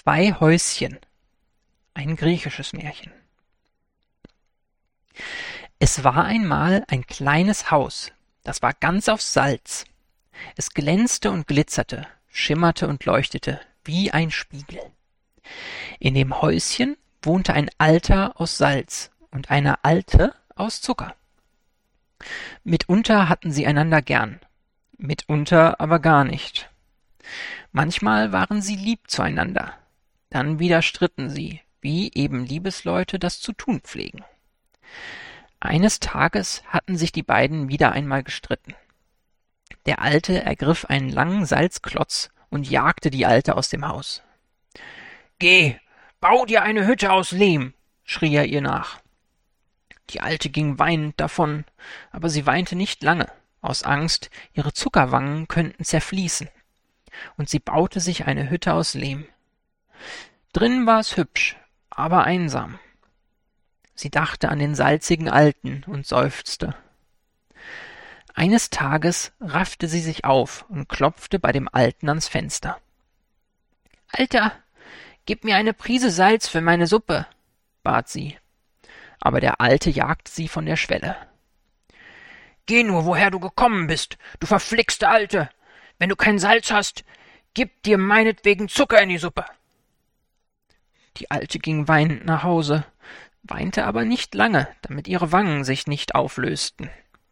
2 Häuschen. Ein griechisches Märchen. Es war einmal ein kleines Haus, das war ganz aus Salz. Es glänzte und glitzerte, schimmerte und leuchtete wie ein Spiegel. In dem Häuschen wohnte ein Alter aus Salz und eine Alte aus Zucker. Mitunter hatten sie einander gern, mitunter aber gar nicht. Manchmal waren sie lieb zueinander, dann wieder stritten sie, wie eben Liebesleute das zu tun pflegen. Eines Tages hatten sich die beiden wieder einmal gestritten. Der Alte ergriff einen langen Salzklotz und jagte die Alte aus dem Haus. »Geh, bau dir eine Hütte aus Lehm«, schrie er ihr nach. Die Alte ging weinend davon, aber sie weinte nicht lange, aus Angst, ihre Zuckerwangen könnten zerfließen. Und sie baute sich eine Hütte aus Lehm. Drin war es hübsch, aber einsam. Sie dachte an den salzigen Alten und seufzte. Eines Tages raffte sie sich auf und klopfte bei dem Alten ans Fenster. »Alter, gib mir eine Prise Salz für meine Suppe«, bat sie. Aber der Alte jagte sie von der Schwelle. »Geh nur, woher du gekommen bist, du verflixte Alte! Wenn du kein Salz hast, gib dir meinetwegen Zucker in die Suppe!« Die Alte ging weinend nach Hause, weinte aber nicht lange, damit ihre Wangen sich nicht auflösten.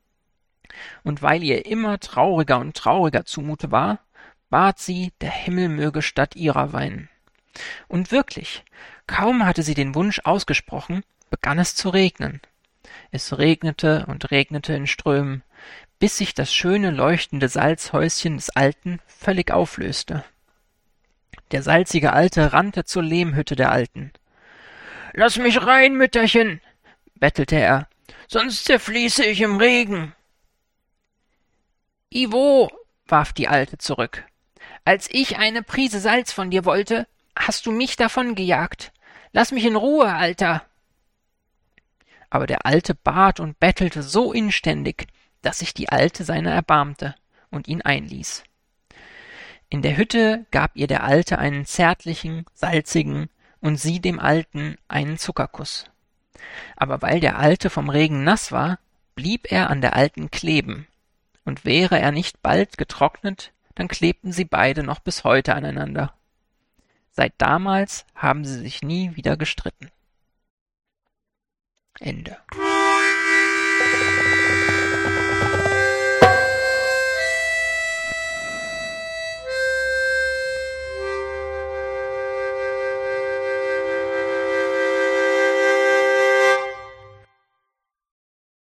Und weil ihr immer trauriger und trauriger zumute war, bat sie, der Himmel möge statt ihrer weinen. Und wirklich, kaum hatte sie den Wunsch ausgesprochen, begann es zu regnen. Es regnete und regnete in Strömen, bis sich das schöne leuchtende Salzhäuschen des Alten völlig auflöste. Der salzige Alte rannte zur Lehmhütte der Alten. »Lass mich rein, Mütterchen«, bettelte er, »sonst zerfließe ich im Regen.« »Iwo«, warf die Alte zurück, »als ich eine Prise Salz von dir wollte, hast du mich davongejagt. Lass mich in Ruhe, Alter.« Aber der Alte bat und bettelte so inständig, dass sich die Alte seiner erbarmte und ihn einließ. In der Hütte gab ihr der Alte einen zärtlichen, salzigen und sie dem Alten einen Zuckerkuss. Aber weil der Alte vom Regen nass war, blieb er an der Alten kleben, und wäre er nicht bald getrocknet, dann klebten sie beide noch bis heute aneinander. Seit damals haben sie sich nie wieder gestritten. Ende.